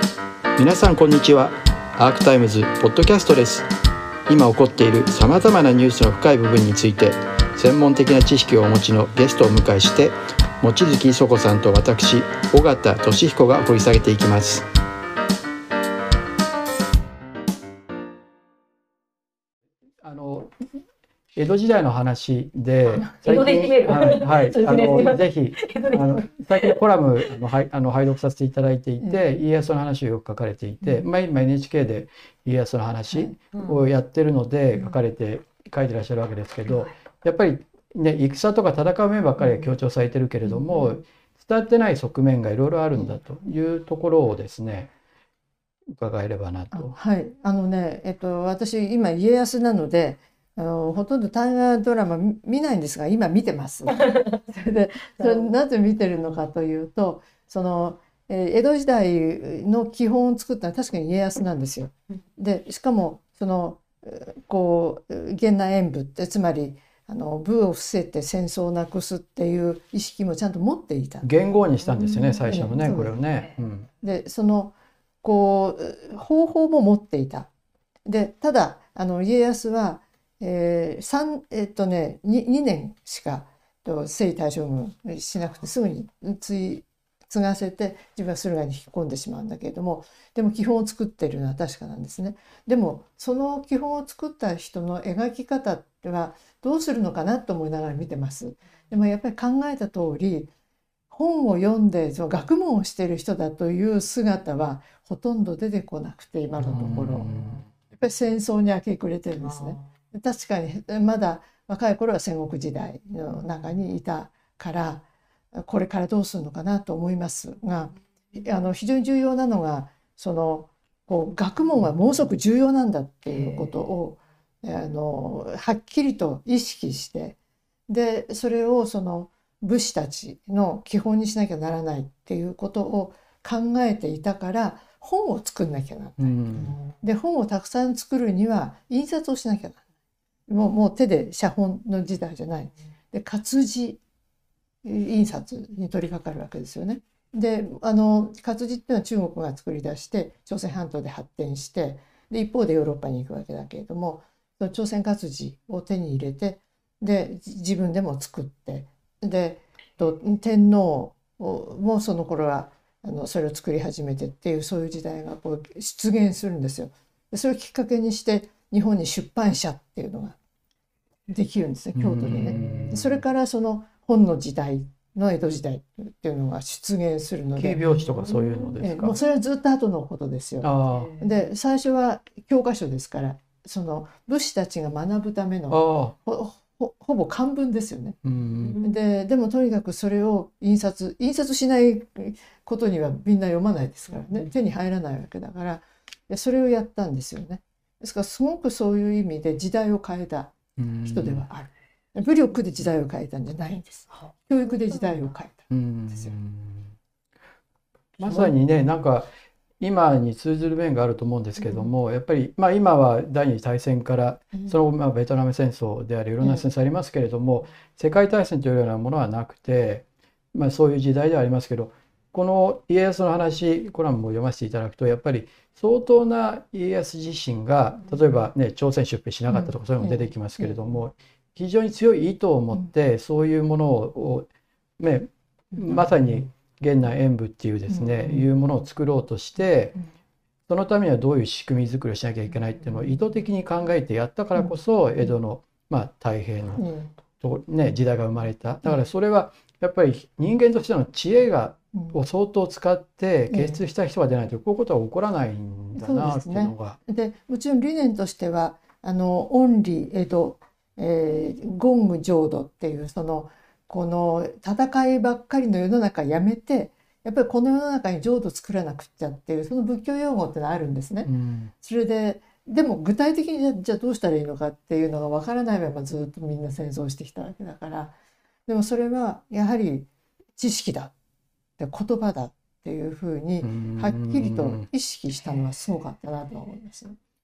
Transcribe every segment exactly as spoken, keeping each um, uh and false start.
皆さんこんにちは。アークタイムズポッドキャストです。今起こっているさまざまなニュースの深い部分について専門的な知識をお持ちのゲストをお迎えして望月磯子さんと私尾形俊彦が掘り下げていきます。あの江戸時代の話で江戸で締める、 はいはい、あのぜひ江戸であの最近コラムあのはいあの拝読させていただいていて、家康の話をよく書かれていて、まあ、今 エヌエイチケー で家康の話をやってるので書かれて書いてらっしゃるわけですけど、やっぱりね戦とか戦う面ばっかりが強調されてるけれども、伝わってない側面がいろいろあるんだというところをですね伺えればなと。 はい、あのね、えっと、私今家康なのであのほとんど大河ドラマ見ないんですが今見てます。それでそれなぜ見てるのかというとその、えー、江戸時代の基本を作ったのは確かに家康なんですよ。でしかもそのこう源内演武ってつまりあの武を伏せて戦争をなくすっていう意識もちゃんと持っていた。 元号にしたんですよね、最初のね、これをね。うん、 でそのこう方法も持っていた。でただあの家康はえー三えっとね、に, にねんしか征夷大将軍しなくてすぐに継がせて自分は駿河に引き込んでしまうんだけれども、でも基本を作っているのは確かなんですね。でもその基本を作った人の描き方はどうするのかなと思いながら見てます。でもやっぱり考えた通り本を読んでその学問をしている人だという姿はほとんど出てこなくて今のところやっぱり戦争に明け暮れてるんですね。確かにまだ若い頃は戦国時代の中にいたからこれからどうするのかなと思いますが、あの非常に重要なのがそのこう学問はものすごく重要なんだっていうことをあのはっきりと意識して、でそれをその武士たちの基本にしなきゃならないっていうことを考えていたから本を作んなきゃならない、うん、で本をたくさん作るには印刷をしなきゃならない。もう、もう手で写本の時代じゃない。で活字印刷に取り掛かるわけですよね。であの活字っていうのは中国が作り出して朝鮮半島で発展してで一方でヨーロッパに行くわけだけれども、その朝鮮活字を手に入れてで自分でも作ってでと天皇もその頃はあのそれを作り始めてっていうそういう時代がこう出現するんですよ。でそれをきっかけにして日本に出版社っていうのができるんですね、京都でね。それからその本の時代の江戸時代っていうのが出現するので、 軽拍子とかそういうのですか。 もうそれはずっと後のことですよ。で最初は教科書ですからその武士たちが学ぶための ほ, ほ, ほぼ漢文ですよね。で, でもとにかくそれを印刷印刷しないことにはみんな読まないですからね、手に入らないわけだからそれをやったんですよね。ですからすごくそういう意味で時代を変えた人ではある。武力で時代を変えたんじゃないんです。教育で時代を変えたんですよ。 まさにね、なんか今に通ずる面があると思うんですけども、うん、やっぱり、まあ、今は第二次大戦からその後、まあ、ベトナム戦争でありいろんな戦争ありますけれども、うん、世界大戦というようなものはなくて、まあ、そういう時代ではありますけど、この家康の話コラムも読ませていただくとやっぱり相当な家康自身が例えばね朝鮮出兵しなかったとかそういうのも出てきますけれども、非常に強い意図を持ってそういうものを、ね、まさに源内演武っていうですね、いうものを作ろうとしてそのためにはどういう仕組み作りをしなきゃいけないっていうのを意図的に考えてやったからこそ江戸の、まあ、太平のと、ね、時代が生まれた。だからそれはやっぱり人間としての知恵がを相当使って傑出した人が出ないとこういうことは起こらないんだなっていうのが。 で、ね、でもちろん理念としてはあの恩理江戸、えー、言語浄土っていうそのこの戦いばっかりの世の中やめてやっぱりこの世の中に浄土作らなくちゃっていうその仏教用語ってのがあるんですね。うん、それででも具体的にじゃあどうしたらいいのかっていうのがわからないままずっとみんな戦争してきたわけだから、でもそれはやはり知識だ言葉だっていうふうにはっきりと意識したのはすごかったなと思います。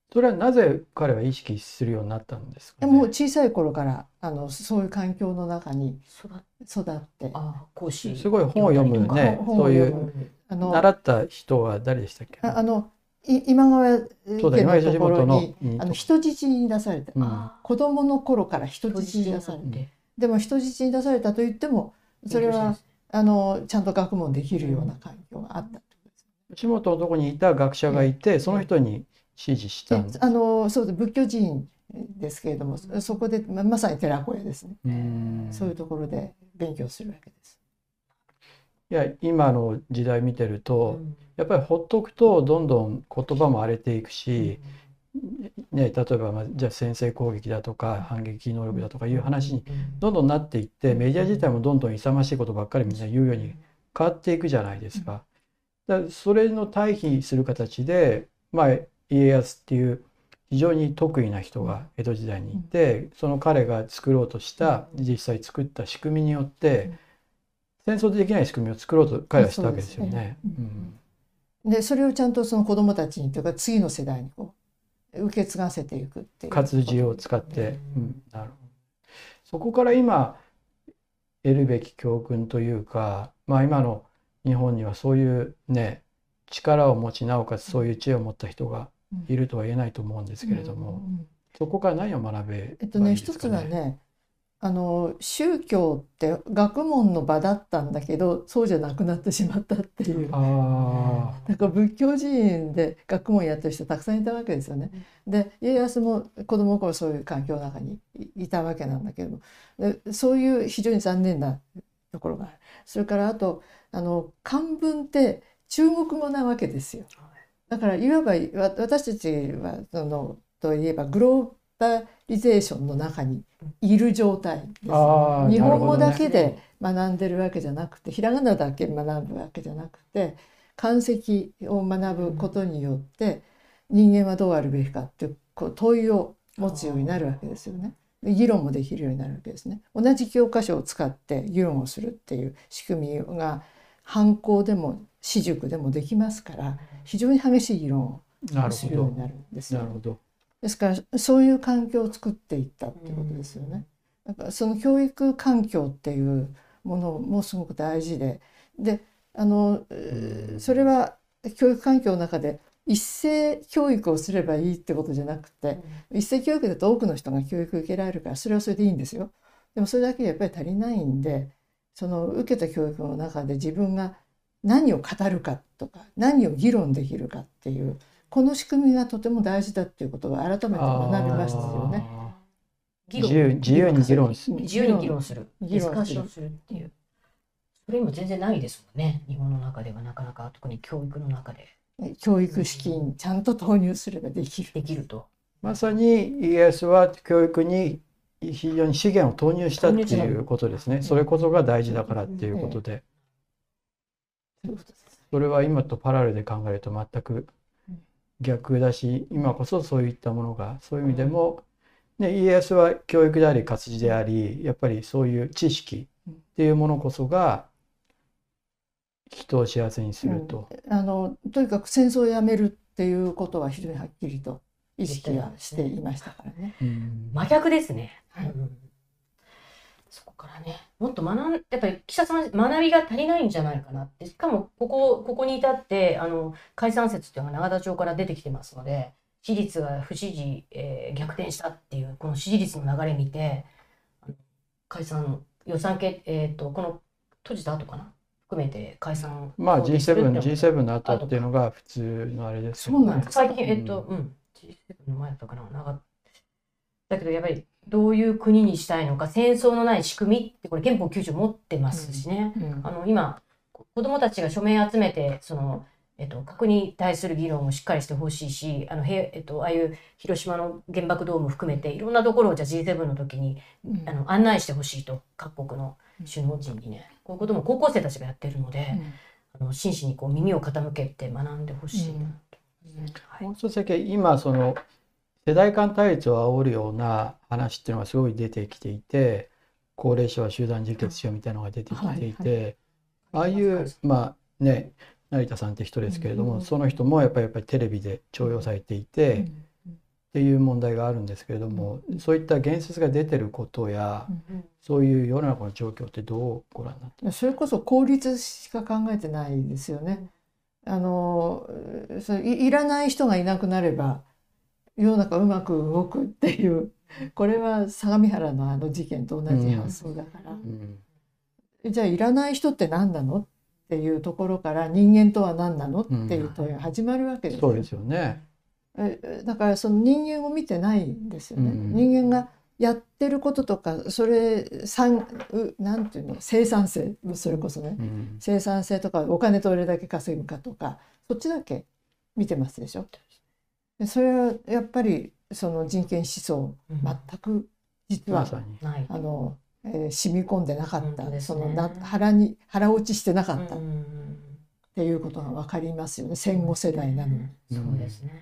それはなぜ彼は意識するようになったんですかね。 もう小さい頃からあのそういう環境の中に育育って、 あ講師すごい本を読むね、 本そういう本を読むあの習った人は誰でしたっけ。 ああのい今川そうだ、 家今井義のところ元のにあの人質に出された、 うんあ子供の頃から人質に出されて、 てでも人質に出されたといってもそれはあのちゃんと学問できるような環境があったってことです。 吉本のとこにいた学者がいて、その人に指示したんです。 であのそうです仏教寺院ですけれども、そこでままさに寺子屋ですね。 うんそういうところで勉強するわけです。 いや、今の時代見てると、 うんやっぱりほっとくとどんどん言葉も荒れていくし、ね、例えば、まあ、じゃあ先制攻撃だとか反撃能力だとかいう話にどんどんなっていって、メディア自体もどんどん勇ましいことばっかりみんな言うように変わっていくじゃないですか。だからそれの対比する形で、まあ、家康っていう非常に得意な人が江戸時代にいて、その彼が作ろうとした実際作った仕組みによって戦争できない仕組みを作ろうと彼はしたわけですよね。 でそれをちゃんとその子どもたちにというか次の世代にこう受け継がせていくっていう活字を使って、うん、なるほど。そこから今得るべき教訓というか、まあ、今の日本にはそういうね力を持ちなおかつそういう知恵を持った人がいるとは言えないと思うんですけれども、 うんうんうんそこから何を学べばいいですかね。 えっとね一つはねあの宗教って学問の場だったんだけどそうじゃなくなってしまったっていう。 あだから仏教寺院で学問やってる人たくさんいたわけですよね。で家康も子供の頃そういう環境の中にいたわけなんだけども、でそういう非常に残念なところがある。それからあとあの漢文って中国語なわけですよ。だからいわばわ私たちはそのといえばグローバリゼーションの中にいる状態です。 あー日本語だなるほどねけで学んでるわけじゃなくて、ひらがなだけ学ぶわけじゃなくて、漢石を学ぶことによって人間はどうあるべきかっていうこう問いを持つようになるわけですよね。で議論もできるようになるわけですね。同じ教科書を使って議論をするっていう仕組みが藩校でも私塾でもできますから、非常に激しい議論をなるほどするようになるんですよね。 なるほど。 ですからそういう環境を作っていったっていうことですよね。だからその教育環境っていうものもすごく大事で、であのそれは教育環境の中で一斉教育をすればいいってことじゃなくて、一斉教育だと多くの人が教育を受けられるからそれはそれでいいんですよ。でもそれだけでやっぱり足りないんで、その受けた教育の中で自分が何を語るかとか何を議論できるかっていうこの仕組みがとても大事だっていうことを改めて学びましたよね。 議自由自由に議論する。 自由に議論する、 議論するディスカッションするっていう。それ今全然ないですもんね。日本の中ではなかなか、特に教育の中で教育資金ちゃんと投入すればできる。 できると。 まさに家康は教育に非常に資源を投入したっていうことですね。それこそが大事だからっていうことで、それは今とパラレルで考えると全く逆だし、今こそそういったものがそういう意味でも、ね、家康は教育であり活字であり、やっぱりそういう知識っていうものこそが人を幸せにすると、 うん、あのとにかく戦争をやめるっていうことは非常にはっきりと意識はしていましたからね。 うん、 真逆ですね。 はい、 うん、そこからね、もっと学んやっぱり岸田さん学びが足りないんじゃないかなって。しかもここここに至ってあの解散説っていうのが永田町から出てきてますので、支持率が不支持、えー、逆転したっていうこの支持率の流れ見て、あの解散予算系えっ、ー、とこの閉じた後かな含めて解散まあ ジーセブン、 のジーセブン の後っていうのが普通のあれですよね。 そうなんです。 最近えっ、ー、とうん、ジーセブン の前だったかな長だけどやっぱりどういう国にしたいのか、戦争のない仕組みってこれ憲法きゅうじょう持ってますしね、 うんうん、 あの今子どもたちが署名集めてその、えっと、核に対する議論をしっかりしてほしいし、あのへ、えっと、ああいう広島の原爆ドーム含めていろんなところをじゃあ ジーセブン の時に、うん、あの案内してほしいと、各国の首脳陣にね、こういうことも高校生たちがやってるので、うん、あの真摯にこう耳を傾けて学んでほしいなと、うんうんはい、もう一つだけ今その世代間対立を煽るような話っていうのがすごい出てきていて、高齢者は集団自決しようみたいなのが出てきていて、はいはい、ああいうまあね成田さんって人ですけれども、うん、その人もやっぱりやっぱりテレビで重用されていて、 っていう問題があるんですけれども、そういった言説が出てることや、そういう世の中の状況ってどうご覧になってますか？ それこそ効率しか考えてないですよね。あのそれ い, いらない人がいなくなれば世の中うまく動くっていう、これは相模原のあの事件と同じ発想だから、 うんうん、じゃあいらない人って何なのっていうところから人間とは何なのっていう問いが始まるわけですよ。 そうですよね。 えだからその人間を見てないんですよね。 うん、 人間がやってることとか、それ産なんていうの、生産性、それこそね、 うん、 生産性とかお金どれだけ稼ぐかとか、そっちだけ見てますでしょ。でそれはやっぱりその人権思想、全く実は、 まさにあの、えー、染み込んでなかった、 ね、 そのな腹に腹落ちしてなかったっていうことが分かりますよね。戦後世代なのに。 そうですね。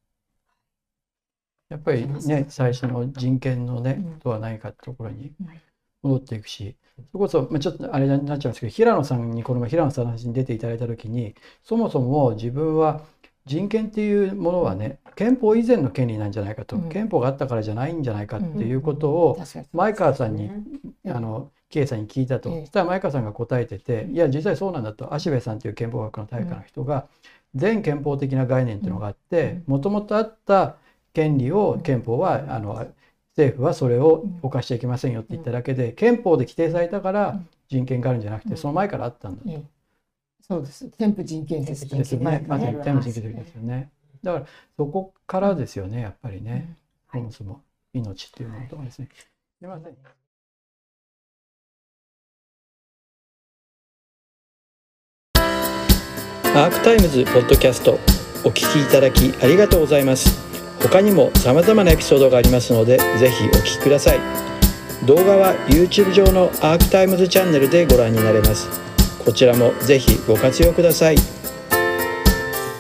やっぱりね、最初の人権のね、とは何かってところに戻っていくし、それこそ、まあ、ちょっとあれになっちゃうんですけど、平野さんにこの前平野さんの話に出ていただいた時に、そもそも自分は人権っていうものはね、憲法以前の権利なんじゃないかと、うん、憲法があったからじゃないんじゃないかっていうことを前川さんに、うん、あの喜恵さんに聞いたと、うん、そしたら前川さんが答えてて、いや実際そうなんだと、芦部さんという憲法学の大家の人が全憲法的な概念っていうのがあって、もともとあった権利を憲法はあの政府はそれを犯しちゃいけませんよって言っただけで、憲法で規定されたから人権があるんじゃなくて、その前からあったんだと。 うん、そうです。添付人権説ですよね。まず添付人権説ですよね。だからそこからですよね、やっぱりね。そもそも命っていうものとかですね。すみません。アークタイムズポッドキャストお聞きいただきありがとうございます。他にも様々なエピソードがありますので、ぜひお聞きください。動画は YouTube 上のアークタイムズチャンネルでご覧になれます。こちらもぜひご活用ください。